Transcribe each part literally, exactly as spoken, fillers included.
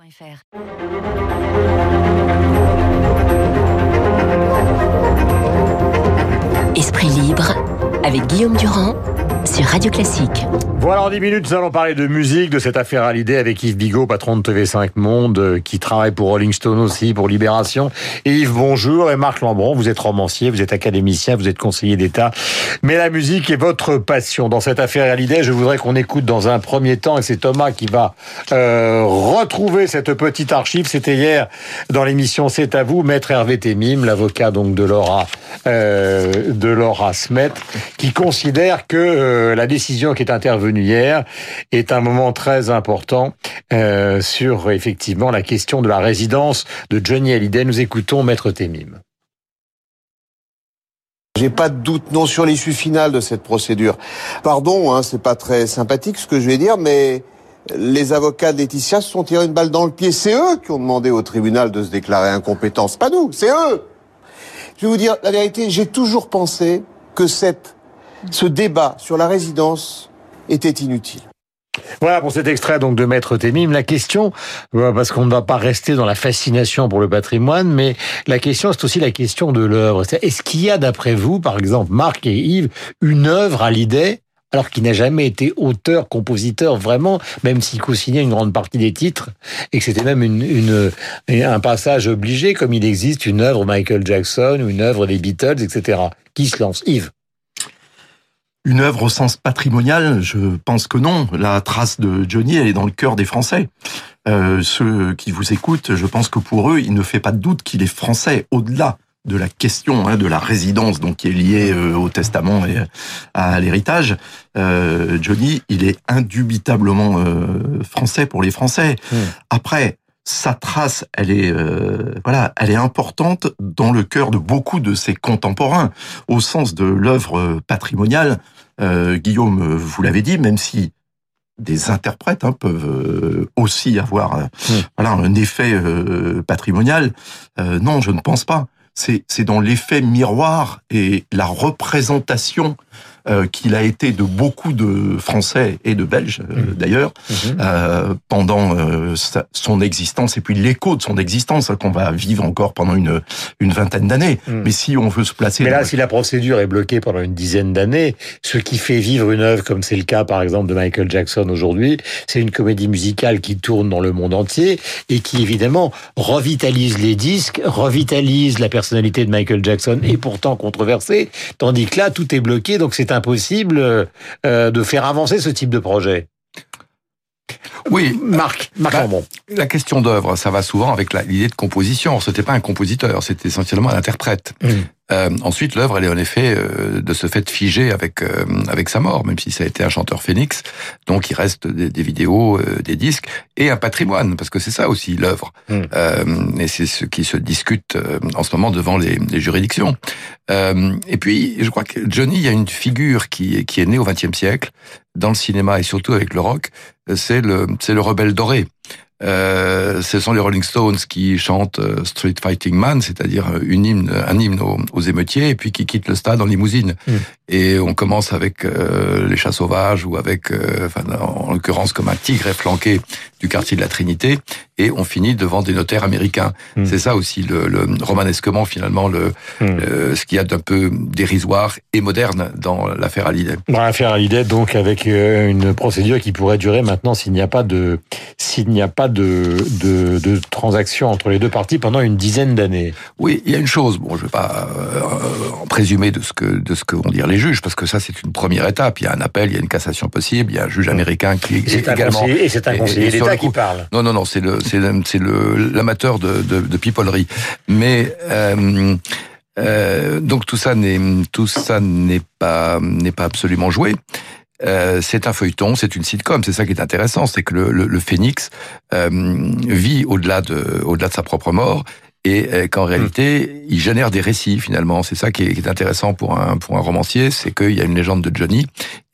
Esprit libre avec Guillaume Durand sur Radio Classique. Voilà, en dix minutes, nous allons parler de musique, de cette affaire Hallyday avec Yves Bigot, patron de T V cinq Monde, qui travaille pour Rolling Stone aussi, pour Libération. Et Yves, bonjour. Et Marc Lambron, vous êtes romancier, vous êtes académicien, vous êtes conseiller d'État. Mais la musique est votre passion. Dans cette affaire Hallyday, je voudrais qu'on écoute dans un premier temps, et c'est Thomas qui va euh, retrouver cette petite archive. C'était hier dans l'émission C'est à vous, Maître Hervé Temim, l'avocat donc de Laura, euh, de Laura Smet, qui considère que euh, la décision qui est intervenue hier est un moment très important euh, sur effectivement la question de la résidence de Johnny Hallyday. Nous écoutons Maître Temim. J'ai pas de doute non sur l'issue finale de cette procédure. Pardon, hein, c'est pas très sympathique ce que je vais dire, mais les avocats de Laetitia se sont tirés une balle dans le pied. C'est eux qui ont demandé au tribunal de se déclarer incompétent. C'est pas nous, c'est eux. Je vais vous dire la vérité, j'ai toujours pensé que cette, ce débat sur la résidence était inutile. Voilà pour cet extrait donc de Maître Temim. La question, parce qu'on ne va pas rester dans la fascination pour le patrimoine, mais la question, c'est aussi la question de l'œuvre. Est-ce qu'il y a, d'après vous, par exemple, Marc et Yves, une œuvre Hallyday, alors qu'il n'a jamais été auteur, compositeur, vraiment, même s'il co-signait une grande partie des titres, et que c'était même une, une, un passage obligé, comme il existe une œuvre Michael Jackson, ou une œuvre des Beatles, et cetera. Qui se lance? Yves? Une œuvre au sens patrimonial, je pense que non. La trace de Johnny, elle est dans le cœur des Français. Euh, ceux qui vous écoutent, je pense que pour eux, il ne fait pas de doute qu'il est français, au-delà de la question hein, de la résidence, donc qui est liée euh, au testament et à l'héritage. Euh, Johnny, il est indubitablement euh, français pour les Français. Mmh. Après, sa trace, elle est euh, voilà, elle est importante dans le cœur de beaucoup de ses contemporains, au sens de l'œuvre patrimoniale. Euh, Guillaume, vous l'avez dit, même si des interprètes hein, peuvent aussi avoir euh, mmh. voilà un effet euh, patrimonial, euh, non, je ne pense pas. C'est c'est dans l'effet miroir et la représentation euh, qu'il a été de beaucoup de Français et de Belges euh, mmh. d'ailleurs mmh. euh, pendant euh, sa, son existence et puis l'écho de son existence hein, qu'on va vivre encore pendant une une vingtaine d'années. Mmh. Mais si on veut se placer, mais là, dans... si la procédure est bloquée pendant une dizaine d'années, ce qui fait vivre une œuvre comme c'est le cas par exemple de Michael Jackson aujourd'hui, c'est une comédie musicale qui tourne dans le monde entier et qui évidemment revitalise les disques, revitalise la personnalité de Michael Jackson et pourtant controversée, tandis que là tout est bloqué, donc c'est impossible euh, de faire avancer ce type de projet. Oui, Marc, Marc bah, Lambron. La question d'œuvre, ça va souvent avec la, l'idée de composition. C'était pas un compositeur, c'était essentiellement un interprète. Mmh. Euh, ensuite, l'œuvre, elle est en effet euh, de ce fait figée avec euh, avec sa mort, même si ça a été un chanteur phénix. Donc, il reste des, des vidéos, euh, des disques et un patrimoine, parce que c'est ça aussi l'œuvre. Mmh. Euh, et c'est ce qui se discute euh, en ce moment devant les, les juridictions. Euh, et puis, je crois que Johnny, il y a une figure qui qui est née au vingtième siècle dans le cinéma et surtout avec le rock. C'est le c'est le rebelle doré. Euh, ce sont les Rolling Stones qui chantent euh, Street Fighting Man, c'est-à-dire une hymne, un hymne aux, aux émeutiers, et puis qui quittent le stade en limousine. Mmh. Et on commence avec euh, les chats sauvages, ou avec, euh, enfin, en l'occurrence comme un tigre efflanqué du quartier de la Trinité, et on finit devant des notaires américains. Mmh. C'est ça aussi, le, le romanesquement finalement, le, mmh. le ce qu'il y a d'un peu dérisoire et moderne dans l'affaire Hallyday. Dans l'affaire Hallyday, donc avec euh, une procédure qui pourrait durer maintenant, s'il n'y a pas de, s'il n'y a pas de, de, de transaction entre les deux parties pendant une dizaine d'années. Oui, il y a une chose. Bon, je vais pas euh, en présumer de ce que de ce que vont dire les juges, parce que ça c'est une première étape. Il y a un appel, il y a une cassation possible, il y a un juge américain qui est, c'est également. Conseiller, et c'est un conseiller d'État qui parle. Non, non, non, c'est le c'est le, c'est le l'amateur de de, de pipolerie. Mais euh, euh, donc tout ça n'est tout ça n'est pas n'est pas absolument joué. Euh, c'est un feuilleton, c'est une sitcom. C'est ça qui est intéressant, c'est que le, le, le Phénix euh, vit au-delà de au-delà de sa propre mort. Et qu'en réalité, il génère des récits finalement. C'est ça qui est, qui est intéressant pour un pour un romancier, c'est qu'il y a une légende de Johnny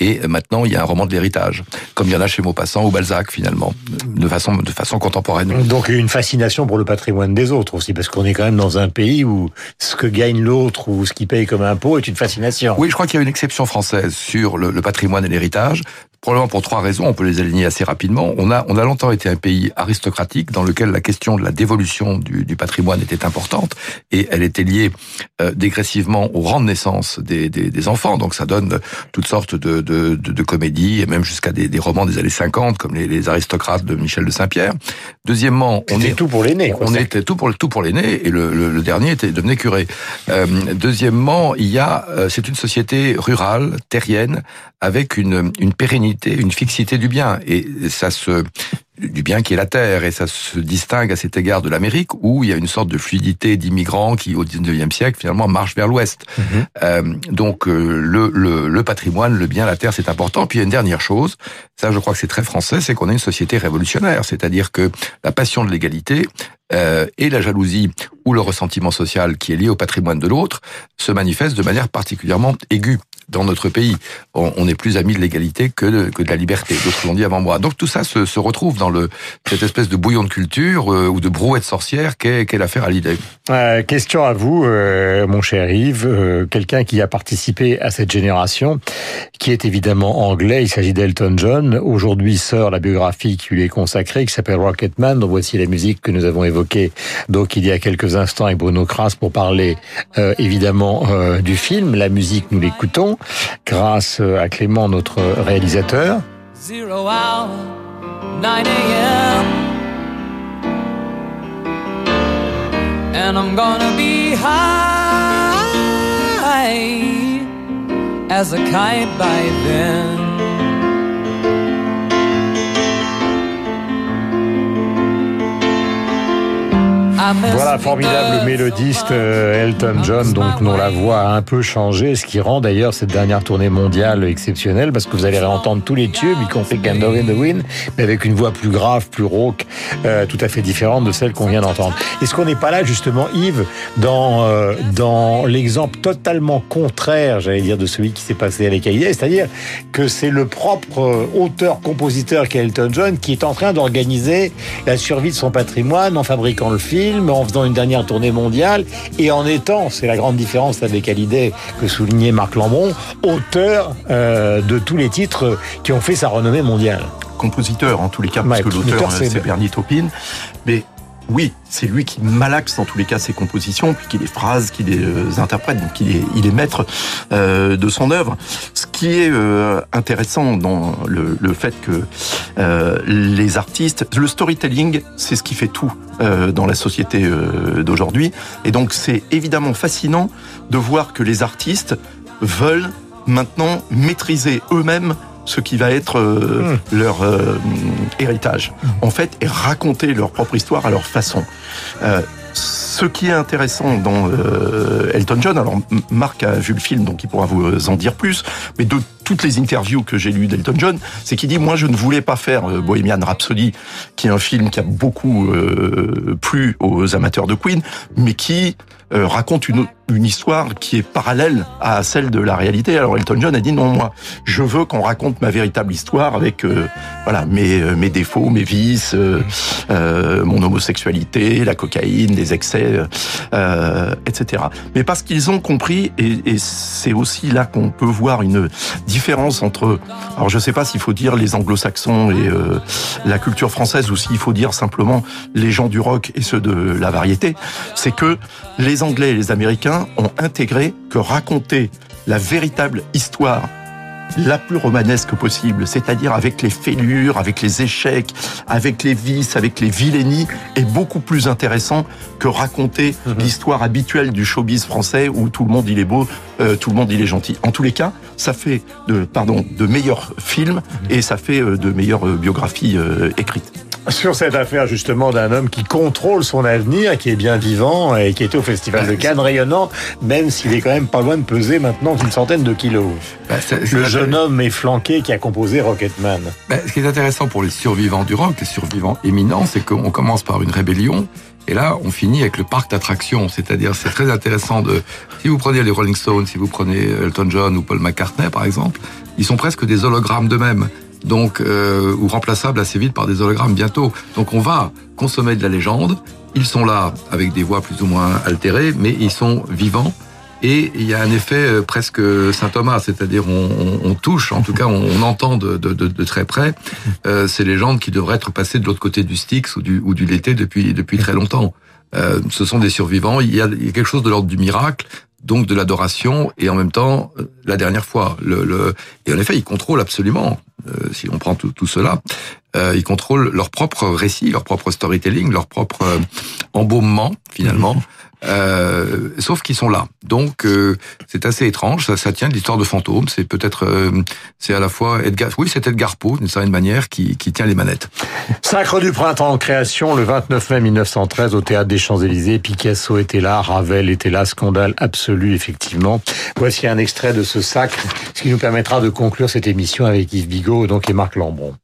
et maintenant il y a un roman de l'héritage, comme il y en a chez Maupassant ou Balzac finalement, de façon de façon contemporaine. Donc une fascination pour le patrimoine des autres aussi, parce qu'on est quand même dans un pays où ce que gagne l'autre ou ce qu'il paye comme impôt est une fascination. Oui, je crois qu'il y a une exception française sur le, le patrimoine et l'héritage. Probablement pour trois raisons, on peut les aligner assez rapidement. On a, on a longtemps été un pays aristocratique dans lequel la question de la dévolution du, du patrimoine était importante et elle était liée euh, dégressivement au rang de naissance des, des, des enfants. Donc ça donne toutes sortes de, de, de, de comédies et même jusqu'à des, des romans des années cinquante comme les, les aristocrates de Michel de Saint-Pierre. Deuxièmement, on est tout pour l'aîné. On était tout pour tout pour l'aîné et le, le, le dernier était devenait curé. Euh, deuxièmement, il y a, euh, c'est une société rurale, terrienne, avec une, une pérennité, une fixité du bien. Et ça se, du bien qui est la terre, et ça se distingue à cet égard de l'Amérique, où il y a une sorte de fluidité d'immigrants qui, au dix-neuvième siècle, finalement, marchent vers l'ouest. Mmh. Euh, donc, euh, le, le, le patrimoine, le bien, la terre, c'est important. Puis il y a une dernière chose, ça je crois que c'est très français, c'est qu'on a une société révolutionnaire. C'est-à-dire que la passion de l'égalité, Euh, et la jalousie ou le ressentiment social qui est lié au patrimoine de l'autre se manifeste de manière particulièrement aiguë dans notre pays. On, on est plus amis de l'égalité que de, que de la liberté, d'autres l'ont dit avant moi. Donc tout ça se, se retrouve dans le, cette espèce de bouillon de culture euh, ou de brouette sorcière qu'est, qu'est l'affaire Hallyday. Euh, question à vous, euh, mon cher Yves, euh, quelqu'un qui a participé à cette génération, qui est évidemment anglais, il s'agit d'Elton John. Aujourd'hui sort la biographie qui lui est consacrée, qui s'appelle Rocketman, dont voici la musique que nous avons évoquée donc il y a quelques instants avec Bruno Kras pour parler euh, évidemment euh, du film. La musique, nous l'écoutons grâce à Clément, notre réalisateur. Zero hour, nine a.m. And I'm gonna be high as a kite by then. Voilà, formidable mélodiste Elton John, donc dont la voix a un peu changé, ce qui rend d'ailleurs cette dernière tournée mondiale exceptionnelle, parce que vous allez réentendre tous les tubes, y compris Candle in the Wind, mais avec une voix plus grave, plus rauque, euh, tout à fait différente de celle qu'on vient d'entendre. Est-ce qu'on n'est pas là justement, Yves, dans euh, dans l'exemple totalement contraire, j'allais dire, de celui qui s'est passé avec Hallyday, c'est-à-dire que c'est le propre auteur-compositeur qu'est Elton John qui est en train d'organiser la survie de son patrimoine en fabriquant le film, en faisant une dernière tournée mondiale et en étant, c'est la grande différence avec Hallyday que soulignait Marc Lambron, auteur euh, de tous les titres qui ont fait sa renommée mondiale. Compositeur en tous les cas, parce ouais, que l'auteur c'est, c'est Bernie Taupin, mais oui, c'est lui qui malaxe dans tous les cas ses compositions, puis qui les phrases, qui les euh, interprète, donc il est, il est maître euh, de son œuvre. Ce qui est euh, intéressant dans le, le fait que euh, les artistes, le storytelling, c'est ce qui fait tout euh, dans la société euh, d'aujourd'hui, et donc c'est évidemment fascinant de voir que les artistes veulent maintenant maîtriser eux-mêmes ce qui va être euh, mmh. leur euh, héritage, en fait, et raconter leur propre histoire à leur façon. Euh, ce qui est intéressant dans euh, Elton John, alors Marc a vu le film, donc il pourra vous en dire plus, mais de toutes les interviews que j'ai lues d'Elton John, c'est qu'il dit, moi je ne voulais pas faire euh, Bohemian Rhapsody, qui est un film qui a beaucoup euh, plu aux amateurs de Queen, mais qui euh, raconte une, une histoire qui est parallèle à celle de la réalité. Alors Elton John a dit, non, moi, je veux qu'on raconte ma véritable histoire avec euh, voilà mes, mes défauts, mes vices, euh, euh, mon homosexualité, la cocaïne, les excès, euh, et cetera. Mais parce qu'ils ont compris, et, et c'est aussi là qu'on peut voir une différence entre, alors je sais pas s'il faut dire les anglo-saxons et euh, la culture française, ou s'il faut dire simplement les gens du rock et ceux de la variété, c'est que les Anglais et les Américains ont intégré que raconter la véritable histoire la plus romanesque possible, c'est-à-dire avec les fêlures, avec les échecs, avec les vices, avec les vilainies, est beaucoup plus intéressant que raconter mmh. l'histoire habituelle du showbiz français où tout le monde il est beau, euh, tout le monde il est gentil. En tous les cas, ça fait de, pardon, de meilleurs films mmh. et ça fait de meilleures biographies euh, écrites. Sur cette affaire justement d'un homme qui contrôle son avenir, qui est bien vivant et qui était au Festival de Cannes rayonnant, même s'il est quand même pas loin de peser maintenant une centaine de kilos. Bah, c'est, c'est le la... jeune homme efflanqué qui a composé Rocketman. Bah, ce qui est intéressant pour les survivants du rock, les survivants éminents, c'est qu'on commence par une rébellion. Et là, on finit avec le parc d'attractions. C'est-à-dire, c'est très intéressant de... Si vous prenez les Rolling Stones, si vous prenez Elton John ou Paul McCartney, par exemple, ils sont presque des hologrammes d'eux-mêmes. Donc, euh, ou remplaçables assez vite par des hologrammes bientôt. Donc, on va consommer de la légende. Ils sont là avec des voix plus ou moins altérées, mais ils sont vivants. Et il y a un effet presque Saint Thomas, c'est-à-dire on, on, on touche, en tout cas on, on entend de, de, de, de très près euh, ces légendes qui devraient être passées de l'autre côté du Styx ou du, ou du Lété depuis, depuis très longtemps. Euh, ce sont des survivants, il y, a, il y a quelque chose de l'ordre du miracle, donc de l'adoration, et en même temps, la dernière fois. Le, le, et en effet, ils contrôlent absolument, euh, si on prend tout, tout cela, euh, ils contrôlent leur propre récit, leur propre storytelling, leur propre euh, embaumement, finalement. Euh, sauf qu'ils sont là. Donc euh, c'est assez étrange, ça, ça tient de l'histoire de fantômes, c'est peut-être euh, c'est à la fois Edgar, oui c'est Edgar Poe d'une certaine manière qui, qui tient les manettes. Sacre du printemps en création le vingt-neuf mai mille neuf cent treize au Théâtre des Champs-Élysées, Picasso était là, Ravel était là, scandale absolu effectivement. Voici un extrait de ce sacre, ce qui nous permettra de conclure cette émission avec Yves Bigot donc et Marc Lambron.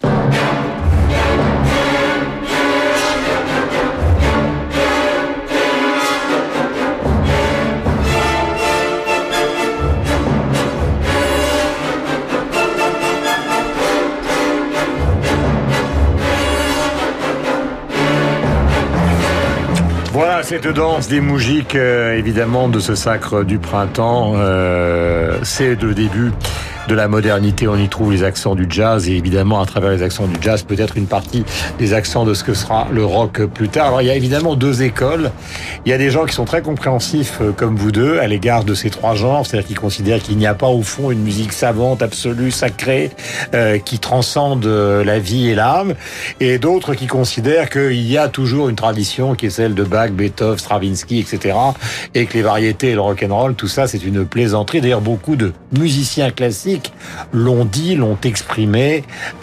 Voilà cette danse des moujiks, euh, évidemment, de ce sacre du printemps. Euh, c'est le début de la modernité. On y trouve les accents du jazz et évidemment, à travers les accents du jazz, peut-être une partie des accents de ce que sera le rock plus tard. Alors, il y a évidemment deux écoles. Il y a des gens qui sont très compréhensifs, comme vous deux, à l'égard de ces trois genres. C'est-à-dire qu'ils considèrent qu'il n'y a pas, au fond, une musique savante, absolue, sacrée, euh, qui transcende la vie et l'âme. Et d'autres qui considèrent qu'il y a toujours une tradition qui est celle de Bach, Beethoven, Stravinsky, et cetera. Et que les variétés et le rock'n'roll, tout ça, c'est une plaisanterie. D'ailleurs, beaucoup de musiciens classiques l'ont dit, l'ont exprimé,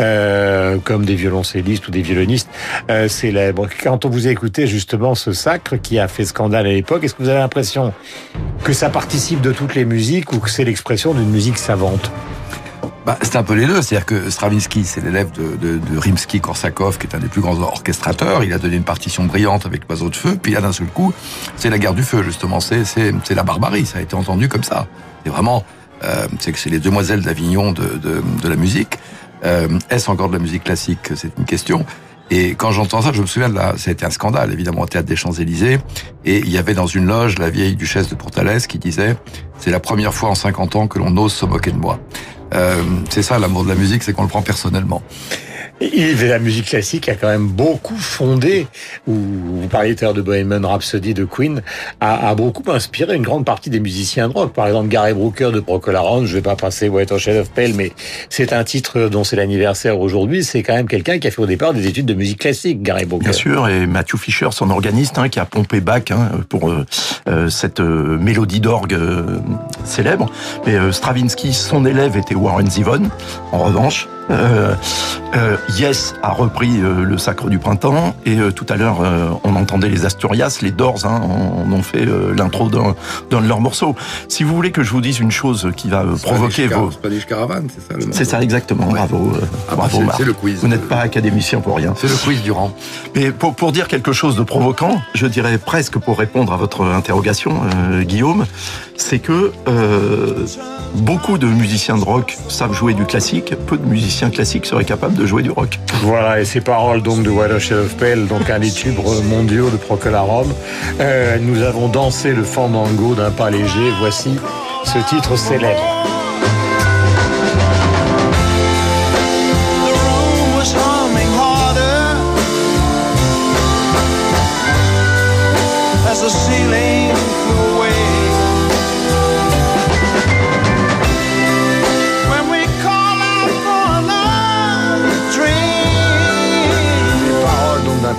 euh, comme des violoncellistes ou des violonistes euh, célèbres. Quand on vous a écouté justement ce sacre qui a fait scandale à l'époque, est-ce que vous avez l'impression que ça participe de toutes les musiques ou que c'est l'expression d'une musique savante ? Bah, c'est un peu les deux, c'est-à-dire que Stravinsky, c'est l'élève de, de, de Rimsky-Korsakov, qui est un des plus grands orchestrateurs. Il a donné une partition brillante avec l'oiseau de feu, puis là, d'un seul coup, c'est la guerre du feu, justement. C'est, c'est, c'est la barbarie, ça a été entendu comme ça. C'est vraiment, euh, c'est que c'est les demoiselles d'Avignon de, de, de la musique. Euh, est-ce encore de la musique classique ? C'est une question. Et quand j'entends ça, je me souviens de la, ça a été un scandale, évidemment, au Théâtre des Champs-Élysées. Et il y avait dans une loge la vieille duchesse de Pourtalès qui disait « C'est la première fois en cinquante ans que l'on ose se moquer de moi ». Euh, c'est ça l'amour de la musique, c'est qu'on le prend personnellement. Yves, la musique classique a quand même beaucoup fondé, ou vous parliez tout à l'heure de Bohemian Rhapsody de Queen, a, a beaucoup inspiré une grande partie des musiciens de rock. Par exemple, Gary Brooker de Procol Harum, je vais pas passer White or Shade of Pale, mais c'est un titre dont c'est l'anniversaire aujourd'hui. C'est quand même quelqu'un qui a fait au départ des études de musique classique, Gary Brooker. Bien sûr, et Matthew Fisher, son organiste, hein, qui a pompé Bach hein, pour euh, euh, cette euh, mélodie d'orgue euh, célèbre. Mais euh, Stravinsky, son élève était Warren Zevon, en revanche. Euh, euh, Yes a repris euh, le Sacre du Printemps et euh, tout à l'heure euh, on entendait les Asturias, les Doors hein, en ont fait euh, l'intro d'un, d'un de leurs morceaux. Si vous voulez que je vous dise une chose qui va euh, provoquer vos... Spanish Caravan, c'est ça le C'est ça exactement, ouais. Bravo, euh, ah, bravo c'est, Marc. C'est le quiz. Vous n'êtes pas académicien pour rien. C'est le quiz Durand. Mais pour, pour dire quelque chose de provoquant, je dirais presque pour répondre à votre interrogation, euh, Guillaume, c'est que euh, beaucoup de musiciens de rock savent jouer du classique, peu de musiciens classiques seraient capables de jouer du rock. Voilà, et ces paroles donc de White or Shade of Pale, donc un des tubes mondiaux de Procol Harum. Euh, nous avons dansé le fandango d'un pas léger. Voici ce titre célèbre.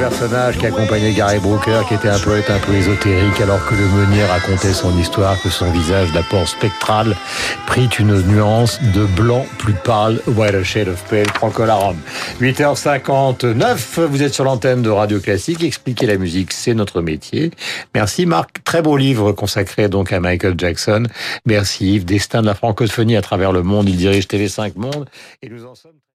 personnage qui accompagnait Gary Brooker, qui était un poète un peu ésotérique, alors que le meunier racontait son histoire, que son visage d'apport spectral prit une nuance de blanc plus pâle, white shade of pale, Franco Larum. huit heures cinquante-neuf, vous êtes sur l'antenne de Radio Classique. Expliquer la musique, c'est notre métier. Merci Marc, très beau livre consacré donc à Michael Jackson. Merci Yves, Destin de la francophonie à travers le monde. Il dirige T V cinq Monde et nous en sommes